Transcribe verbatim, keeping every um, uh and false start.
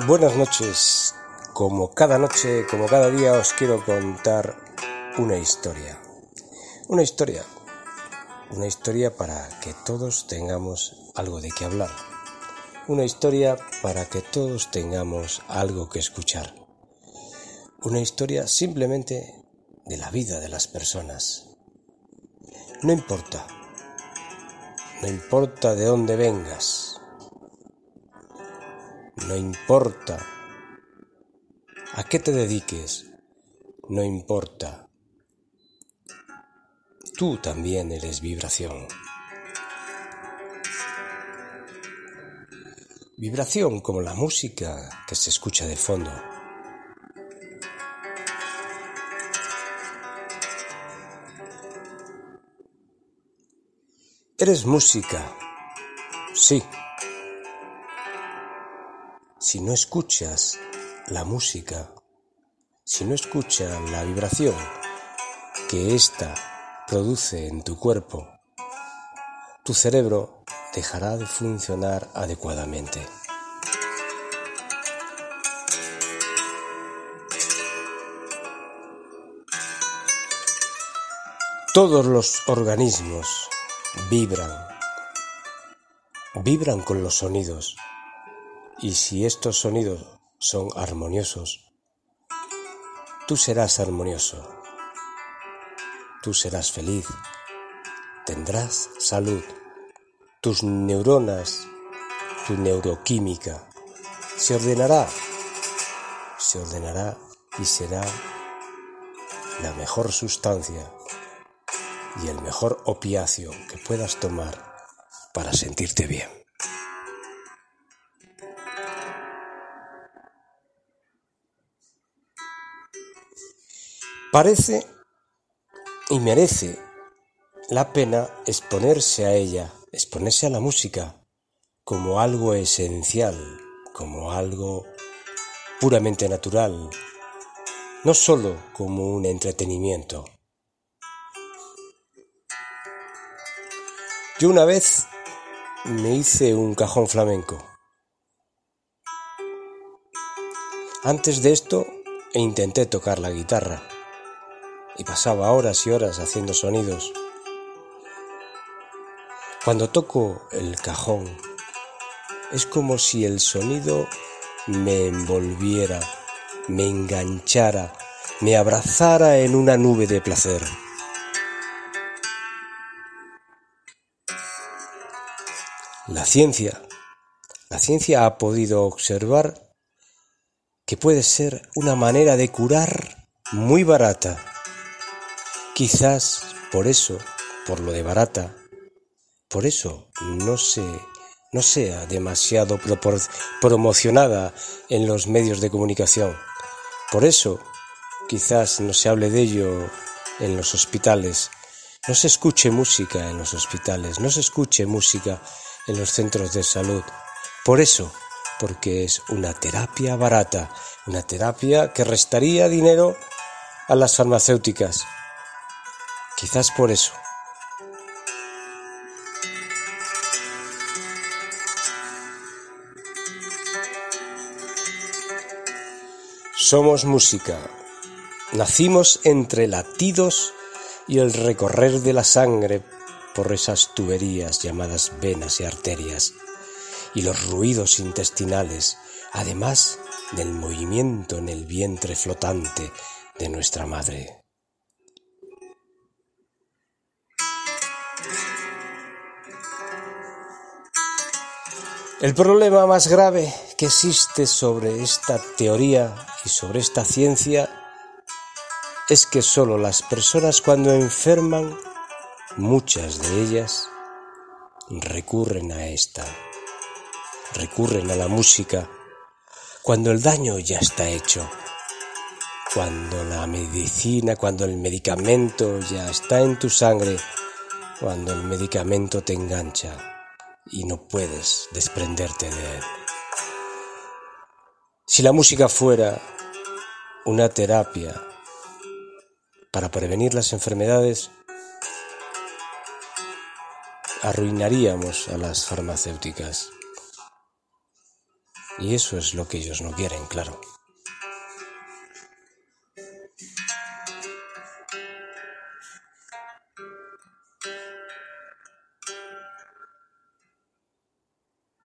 Buenas noches. Como cada noche, como cada día, os quiero contar una historia. Una historia. Una historia para que todos tengamos algo de qué hablar. Una historia para que todos tengamos algo que escuchar. Una historia simplemente de la vida de las personas. No importa. No importa de dónde vengas. No importa a qué te dediques. No importa. Tú también eres vibración. Vibración como la música que se escucha de fondo. Eres música, sí. Si no escuchas la música, si no escuchas la vibración que ésta produce en tu cuerpo, tu cerebro dejará de funcionar adecuadamente. Todos los organismos vibran, vibran con los sonidos, y si estos sonidos son armoniosos, tú serás armonioso, tú serás feliz, tendrás salud, tus neuronas, tu neuroquímica se ordenará, se ordenará y será la mejor sustancia y el mejor opiáceo que puedas tomar para sentirte bien. Parece y merece la pena exponerse a ella, exponerse a la música como algo esencial, como algo puramente natural, no solo como un entretenimiento. Yo una vez me hice un cajón flamenco. Antes de esto intenté tocar la guitarra y pasaba horas y horas haciendo sonidos. Cuando toco el cajón, es como si el sonido me envolviera, me enganchara, me abrazara en una nube de placer. La ciencia, la ciencia ha podido observar que puede ser una manera de curar muy barata. Quizás por eso, por lo de barata, por eso no se, no sea demasiado propor- promocionada en los medios de comunicación. Por eso quizás no se hable de ello en los hospitales. No se escuche música en los hospitales, no se escuche música en los centros de salud. Por eso, porque es una terapia barata, una terapia que restaría dinero a las farmacéuticas. Quizás por eso. Somos música. Nacimos entre latidos y el recorrer de la sangre por esas tuberías llamadas venas y arterias, y los ruidos intestinales, además del movimiento en el vientre flotante de nuestra madre. El problema más grave que existe sobre esta teoría y sobre esta ciencia es que solo las personas cuando enferman, muchas de ellas, recurren a esta, recurren a la música cuando el daño ya está hecho, cuando la medicina, cuando el medicamento ya está en tu sangre, cuando el medicamento te engancha y no puedes desprenderte de él. Si la música fuera una terapia para prevenir las enfermedades, arruinaríamos a las farmacéuticas Y eso es lo que ellos no quieren, claro.